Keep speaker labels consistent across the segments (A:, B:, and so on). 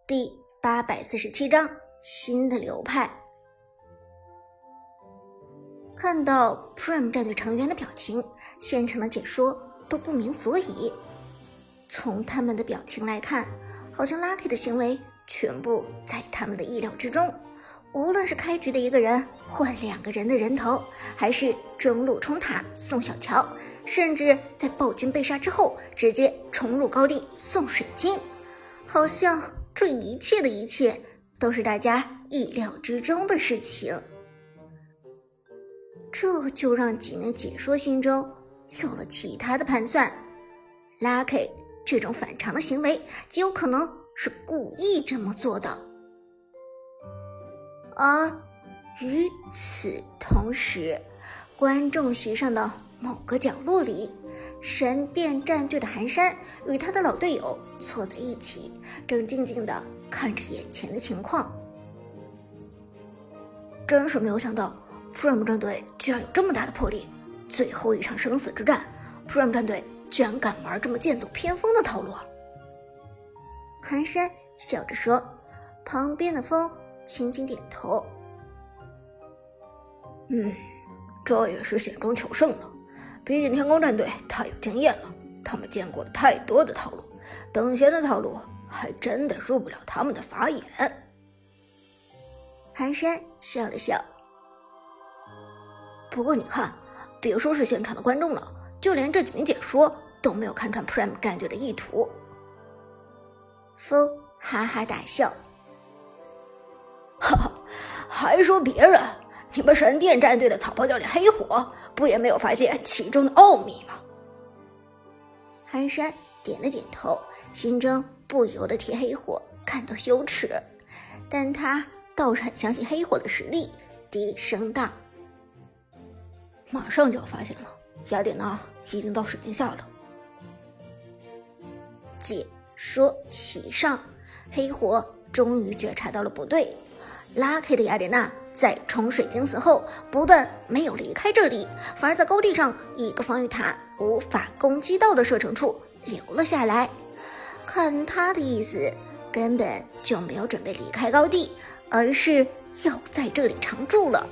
A: 第847章新的流派。看到 Prime 战队成员的表情，现场的解说都不明所以。从他们的表情来看，好像 Lucky 的行为全部在他们的意料之中。无论是开局的一个人换2个人的人头，还是中路冲塔送小乔，甚至在暴君被杀之后直接冲入高地送水晶，好像这一切的一切都是大家意料之中的事情。这就让几名解说心中有了其他的盘算。 Lucky 这种反常的行为极有可能是故意这么做的。而与此同时，观众席上的某个角落里，神殿战队的寒山与他的老队友坐在一起，正静静地看着眼前的情况。真是没有想到 Prime 战队居然有这么大的魄力，最后一场生死之战 Prime 战队居然敢玩这么剑走偏锋的套路。寒山笑着说，旁边的风轻轻点头。
B: 这也是险中求胜了，毕竟天宫战队太有经验了，他们见过了太多的套路，等闲的套路还真的入不了他们的法眼。
A: 寒山笑了笑。
B: 不过你看，别说是现场的观众了，就连这几名解说都没有看穿 Prime 战队的意图。
A: 风哈哈大笑，
B: 哈哈，还说别人，你们神殿战队的草包教练黑火不也没有发现其中的奥秘吗？
A: 寒山点了点头，心中不由得替黑火感到羞耻，但他倒是很相信黑火的实力，低声道：
B: 马上就要发现了，雅典娜已经到水晶下了。
A: 解说席上，黑火终于觉察到了不对。Lucky 的雅典娜在冲水晶死后，不但没有离开这里，反而在高地上一个防御塔无法攻击到的射程处留了下来。看他的意思，根本就没有准备离开高地，而是要在这里常驻了。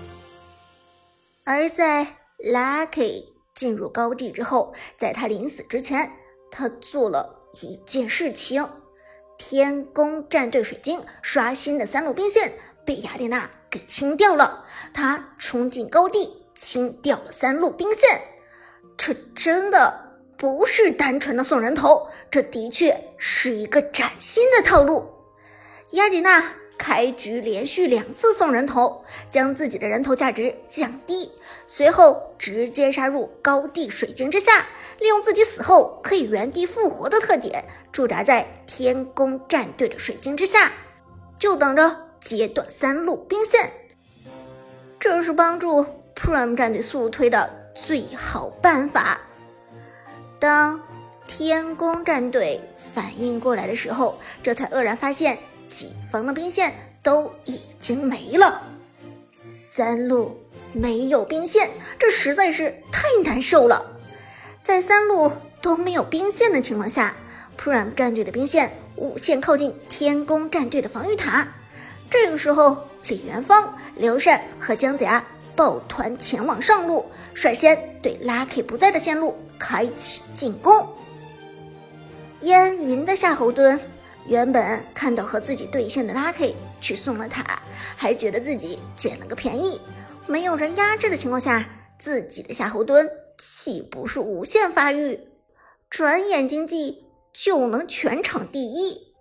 A: 而在 Lucky 进入高地之后，在他临死之前，他做了一件事情。天宫战队水晶刷新的3路兵线被雅典娜给清掉了，他冲进高地清掉了3路兵线。这真的不是单纯的送人头，这的确是一个崭新的套路。雅典娜开局连续2次送人头，将自己的人头价值降低，随后直接杀入高地水晶之下，利用自己死后可以原地复活的特点，驻扎在天宫战队的水晶之下，就等着截断3路兵线。这是帮助 Prime 战队速推的最好办法。当天宫战队反应过来的时候，这才愕然发现己方的兵线都已经没了。3路没有兵线，这实在是太难受了。在3路都没有兵线的情况下， Prime 战队的兵线无限靠近天宫战队的防御塔。这个时候，李元芳、刘禅和姜子牙抱团前往上路，率先对 Lucky 不在的线路开启进攻。烟云的夏侯惇原本看到和自己对线的 Lucky 去送了塔，还觉得自己捡了个便宜，没有人压制的情况下，自己的夏侯惇岂不是无限发育，转眼经济就能全场第一。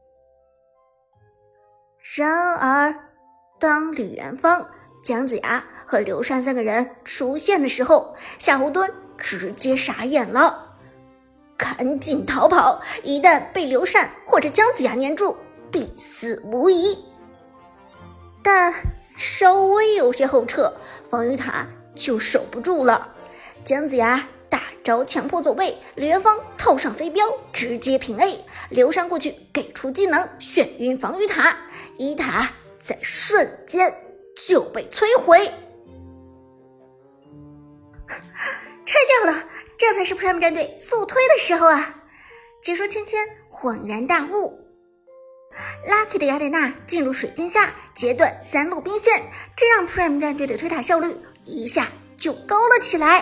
A: 然而当吕元芳、姜子牙和刘禅3个人出现的时候，夏侯惇直接傻眼了，赶紧逃跑，一旦被刘禅或者姜子牙黏住，必死无疑。但稍微有些后撤，防御塔就守不住了。姜子牙大招强迫走位，吕元芳套上飞镖直接平 A， 刘禅过去给出技能眩晕防御塔，一塔在瞬间就被摧毁。拆掉了，这才是 Prime 战队速推的时候啊！解说芊芊恍然大悟， Lucky 的雅典娜进入水晶下，截断3路兵线，这让 Prime 战队的推塔效率一下就高了起来。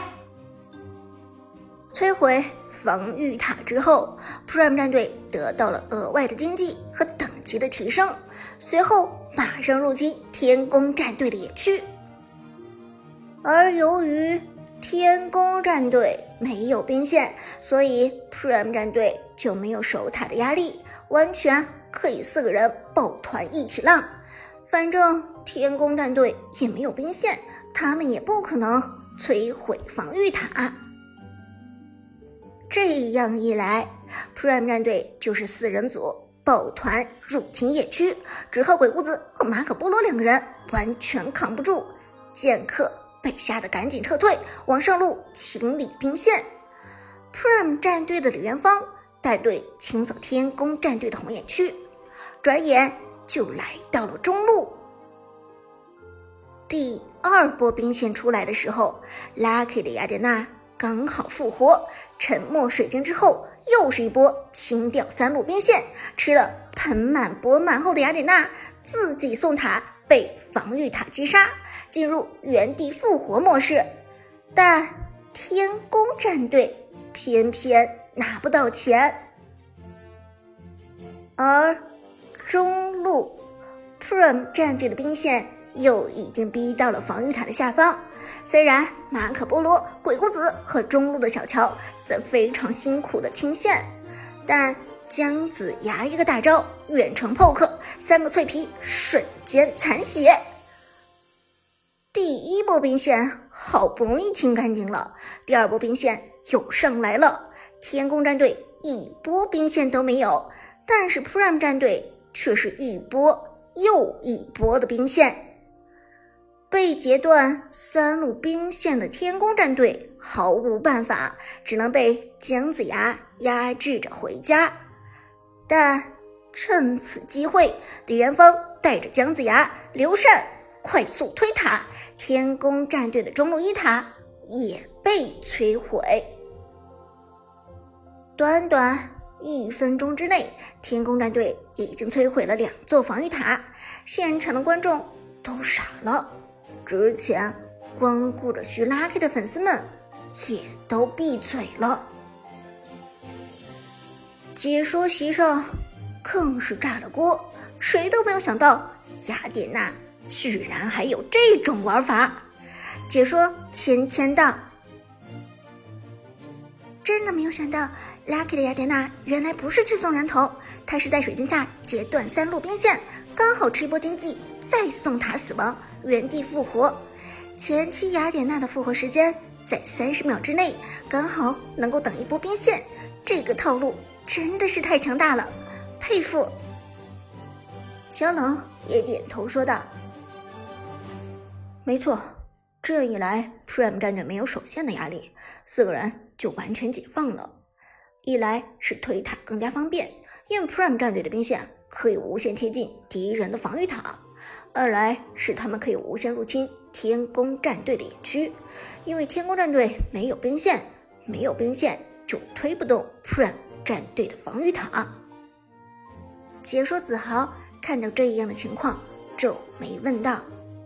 A: 摧毁防御塔之后， Prime 战队得到了额外的经济和等级的提升，随后马上入侵天宫战队的野区。而由于天宫战队没有兵线，所以 Prime 战队就没有守塔的压力，完全可以4个人抱团一起浪。反正天宫战队也没有兵线，他们也不可能摧毁防御塔。这样一来， Prime 战队就是4人组抱团入侵野区，只靠鬼谷子和马可波罗2个人完全扛不住。剑客被吓得赶紧撤退，往上路清理兵线。 Prime 战队的李元芳带队清扫天宫战队的红眼区，转眼就来到了中路。第2波兵线出来的时候， Lucky 的雅典娜刚好复活，沉默水晶之后又是一波清掉3路兵线，吃了盆满钵满后的雅典娜自己送塔，被防御塔击杀，进入原地复活模式。但天宫战队偏偏拿不到钱。而中路 Prime 战队的兵线又已经逼到了防御塔的下方，虽然马可波罗、鬼谷子和中路的小乔在非常辛苦的清线，但姜子牙一个大招远程 poke，3个脆皮瞬间残血。第1波兵线好不容易清干净了，第2波兵线又上来了。天宫战队1波兵线都没有，但是 Prime 战队却是1波又1波的兵线。被截断3路兵线的天宫战队毫无办法，只能被姜子牙压制着回家。但趁此机会，李元芳带着姜子牙、刘禅快速推塔，天宫战队的中路1塔也被摧毁。短短1分钟之内，天宫战队已经摧毁了2座防御塔，现场的观众都傻了。之前光顾着徐 Lucky 的粉丝们也都闭嘴了。解说席上更是炸了锅，谁都没有想到雅典娜居然还有这种玩法。解说芊道，真的没有想到 Lucky 的雅典娜原来不是去送人头，她是在水晶下截断3路兵线，刚好吃一波经济再送塔死亡，原地复活。前期雅典娜的复活时间在30秒之内，刚好能够等1波兵线，这个套路真的是太强大了，佩服。小冷也点头说道，没错，这样一来 Prime 战队没有守线的压力，4个人就完全解放了。一来是推塔更加方便，因为 Prime 战队的兵线可以无限贴近敌人的防御塔；二来是他们可以无限入侵天宫战队的野区，因为天宫战队没有兵线，没有兵线就推不动 Prime 战队的防御塔。解说子豪看到这样的情况，皱眉问道，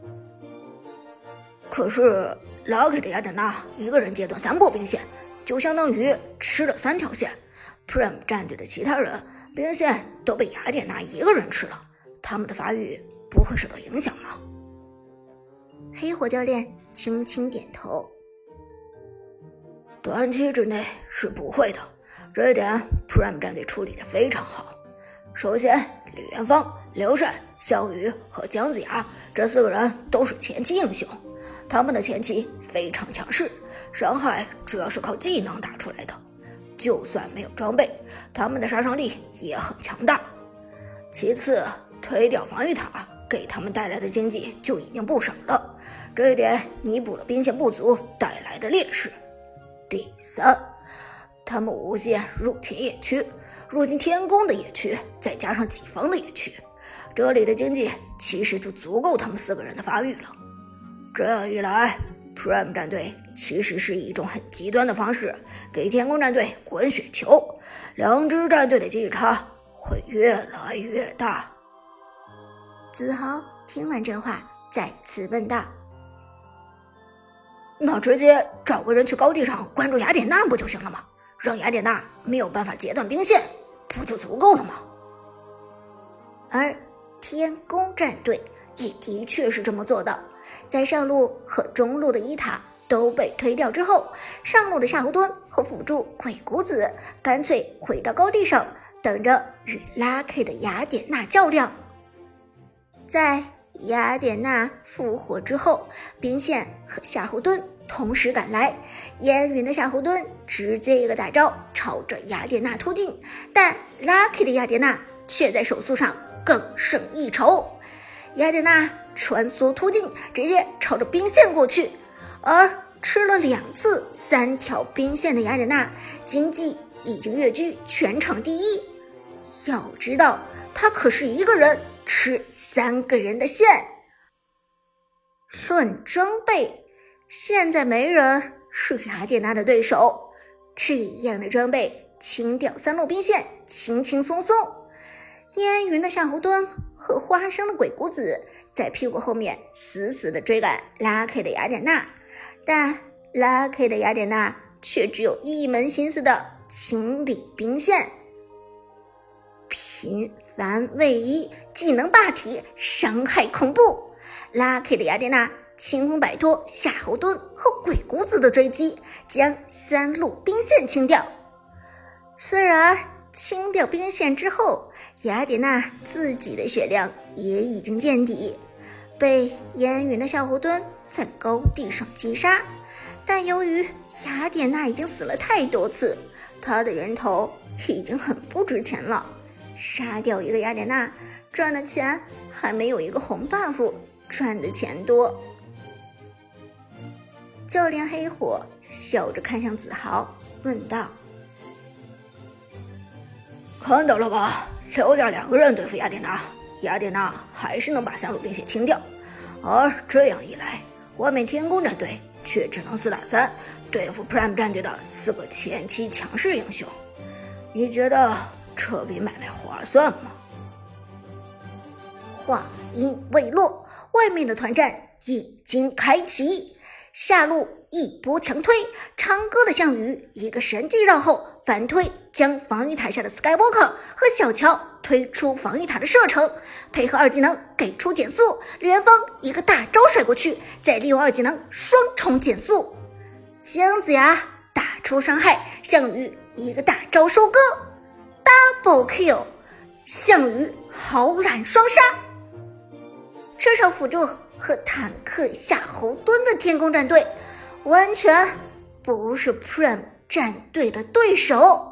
A: 可是 Lucky 的雅典娜一个人截断3波兵线，就相当于吃了3条线， Prime 战队的其他人兵线都被雅典娜一个人吃了，他们的发育不会受到影响吗？黑火教练轻轻点头，短期之内是不会的，这一点 Prime 战队处理得非常好。首先，李元芳、刘禅、萧雨和姜子牙这4个人都是前期英雄，他们的前期非常强势，伤害主要是靠技能打出来的，就算没有装备，他们的杀伤力也很强大。其次，推掉防御塔给他们带来的经济就已经不少了，这一点弥补了兵线不足带来的劣势。第三，他们无限入侵野区，入侵天宫的野区，再加上己方的野区，这里的经济其实就足够他们4个人的发育了。这样一来， Prime 战队其实是以一种很极端的方式给天宫战队滚雪球，2支战队的经济差
B: 会越来越大。
A: 子豪听完这话，再次问道：
B: 那直接找个人去高地上关注雅典娜不就行了吗？让雅典娜没有办法截断兵线，不就足够了吗？
A: 而天宫战队也的确是这么做的。在上路和中路的一塔都被推掉之后，上路的夏侯惇和辅助鬼谷子干脆回到高地上，等着与Lucky的雅典娜较量。在雅典娜复活之后，兵线和夏侯惇同时赶来，烟云的夏侯惇直接一个大招朝着雅典娜突进，但 Lucky 的雅典娜却在手速上更胜一筹。雅典娜穿梭突进，直接朝着兵线过去，而吃了2次3条兵线的雅典娜经济已经跃居全场第一。要知道，她可是一个人吃3个人的线。论装备，现在没人是雅典娜的对手，这样的装备清掉3路兵线轻轻松松。烟云的夏侯惇和花生的鬼谷子在屁股后面死死地追赶 Lucky 的雅典娜，但 Lucky 的雅典娜却只有一门心思的清理兵线。频繁位移，技能霸体，伤害恐怖。Lucky 的雅典娜轻松摆脱夏侯惇和鬼谷子的追击，将3路兵线清掉。虽然清掉兵线之后，雅典娜自己的血量也已经见底，被烟云的夏侯惇在高地上击杀，但由于雅典娜已经死了太多次，她的人头已经很不值钱了，杀掉一个雅典娜赚的钱还没有一个红 buff 赚的钱多。教练黑火笑着看向子豪，问道：
B: 看到了吧，留下2个人对付雅典娜，雅典娜还是能把3路兵线清掉，而这样一来，外面天宫战队却只能4打3对付 Prime 战队的4个前期强势英雄。你觉得这笔买卖划算吗？
A: 话音未落，外面的团战已经开启，下路一波强推，长歌的项羽一个神技绕后反推，将防御塔下的 Skywalker 和小乔推出防御塔的射程，配合2技能给出减速，元芳一个大招甩过去，再利用2技能双重减速，姜子牙打出伤害，项羽一个大招收割 Double Kill， 项羽好懒双杀。车手辅助和坦克夏侯惇的天宫战队完全不是 Prime 战队的对手。